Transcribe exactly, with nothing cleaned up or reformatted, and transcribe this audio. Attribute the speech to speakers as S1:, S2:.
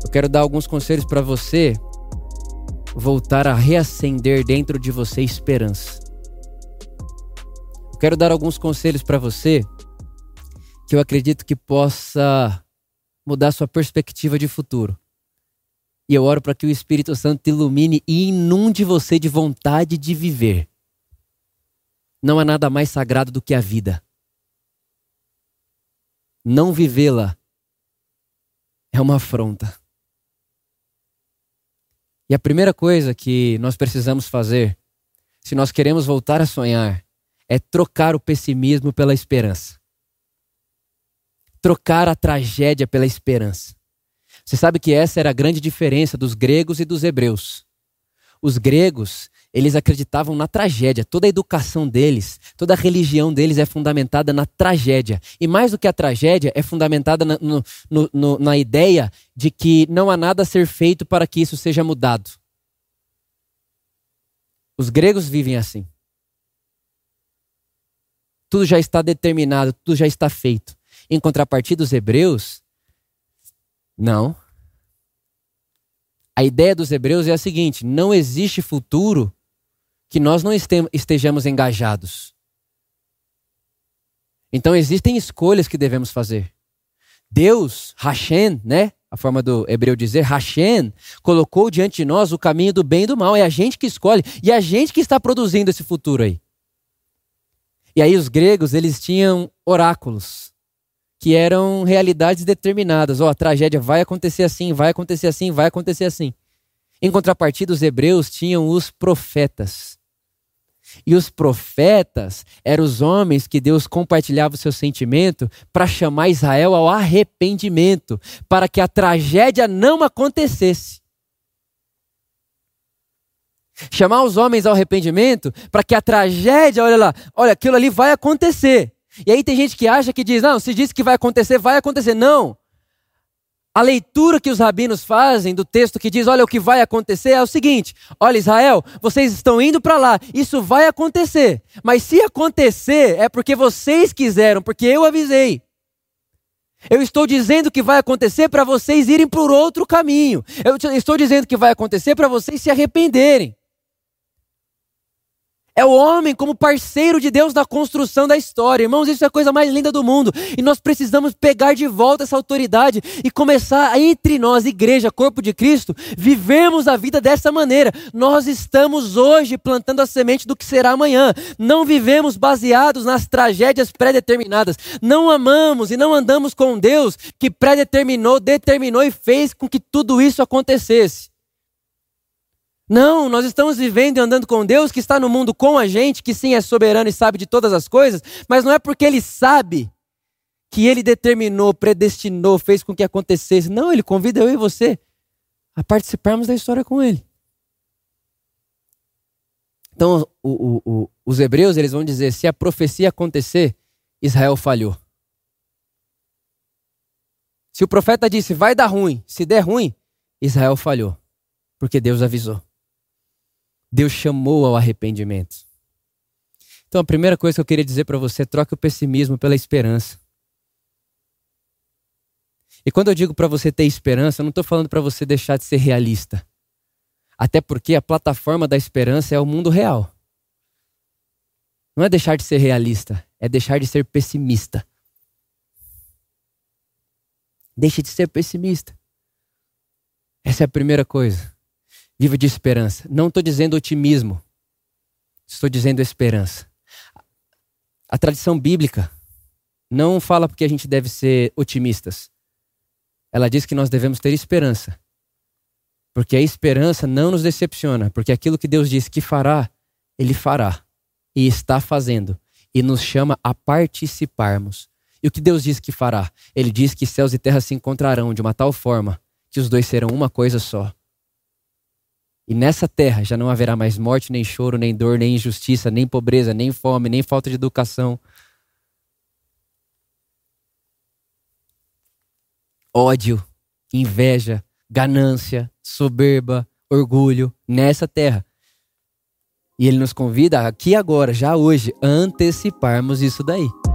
S1: Eu quero dar alguns conselhos para você voltar a reacender dentro de você esperança. Eu quero dar alguns conselhos para você que eu acredito que possa mudar sua perspectiva de futuro. E eu oro para que o Espírito Santo te ilumine e inunde você de vontade de viver. Não há nada mais sagrado do que a vida. Não vivê-la é uma afronta. E a primeira coisa que nós precisamos fazer, se nós queremos voltar a sonhar, é trocar o pessimismo pela esperança. Trocar a tragédia pela esperança. Você sabe que essa era a grande diferença dos gregos e dos hebreus. Os gregos, eles acreditavam na tragédia. Toda a educação deles, toda a religião deles é fundamentada na tragédia. E mais do que a tragédia, é fundamentada na, no, no, no, na ideia de que não há nada a ser feito para que isso seja mudado. Os gregos vivem assim. Tudo já está determinado, tudo já está feito. Em contrapartida, os hebreus, não. A ideia dos hebreus é a seguinte: não existe futuro que nós não estejamos engajados. Então existem escolhas que devemos fazer. Deus, Hashem, né? A forma do hebreu dizer, Hashem, colocou diante de nós o caminho do bem e do mal. É a gente que escolhe e é a gente que está produzindo esse futuro aí. E aí os gregos, eles tinham oráculos, que eram realidades determinadas. Ó, oh, a tragédia vai acontecer assim, vai acontecer assim, vai acontecer assim. Em contrapartida, os hebreus tinham os profetas. E os profetas eram os homens que Deus compartilhava o seu sentimento para chamar Israel ao arrependimento, para que a tragédia não acontecesse. Chamar os homens ao arrependimento para que a tragédia, olha lá, olha, aquilo ali vai acontecer. E aí tem gente que acha que diz, não, se diz que vai acontecer, vai acontecer. Não. A leitura que os rabinos fazem do texto que diz, olha, o que vai acontecer é o seguinte: olha, Israel, vocês estão indo para lá, isso vai acontecer. Mas se acontecer, é porque vocês quiseram, porque eu avisei. Eu estou dizendo que vai acontecer para vocês irem por outro caminho. Eu estou dizendo que vai acontecer para vocês se arrependerem. É o homem como parceiro de Deus na construção da história. Irmãos, isso é a coisa mais linda do mundo. E nós precisamos pegar de volta essa autoridade e começar entre nós, igreja, corpo de Cristo, vivermos a vida dessa maneira. Nós estamos hoje plantando a semente do que será amanhã. Não vivemos baseados nas tragédias pré-determinadas. Não amamos e não andamos com Deus que pré-determinou, determinou e fez com que tudo isso acontecesse. Não, nós estamos vivendo e andando com Deus que está no mundo com a gente, que sim é soberano e sabe de todas as coisas, mas não é porque Ele sabe que Ele determinou, predestinou, fez com que acontecesse. Não, Ele convida eu e você a participarmos da história com Ele. Então, o, o, o, os hebreus, eles vão dizer, se a profecia acontecer, Israel falhou. Se o profeta disse, vai dar ruim, se der ruim, Israel falhou, porque Deus avisou. Deus chamou ao arrependimento. Então a primeira coisa que eu queria dizer para você é troque o pessimismo pela esperança. E quando eu digo para você ter esperança, eu não estou falando para você deixar de ser realista. Até porque a plataforma da esperança é o mundo real. Não é deixar de ser realista, é deixar de ser pessimista. Deixe de ser pessimista. Essa é a primeira coisa. Viva de esperança. Não estou dizendo otimismo. Estou dizendo esperança. A tradição bíblica não fala porque a gente deve ser otimistas. Ela diz que nós devemos ter esperança. Porque a esperança não nos decepciona. Porque aquilo que Deus disse que fará, Ele fará. E está fazendo. E nos chama a participarmos. E o que Deus diz que fará? Ele diz que céus e terra se encontrarão de uma tal forma que os dois serão uma coisa só. E nessa terra já não haverá mais morte, nem choro, nem dor, nem injustiça, nem pobreza, nem fome, nem falta de educação. Ódio, inveja, ganância, soberba, orgulho, nessa terra. E Ele nos convida aqui agora, já hoje, a anteciparmos isso daí.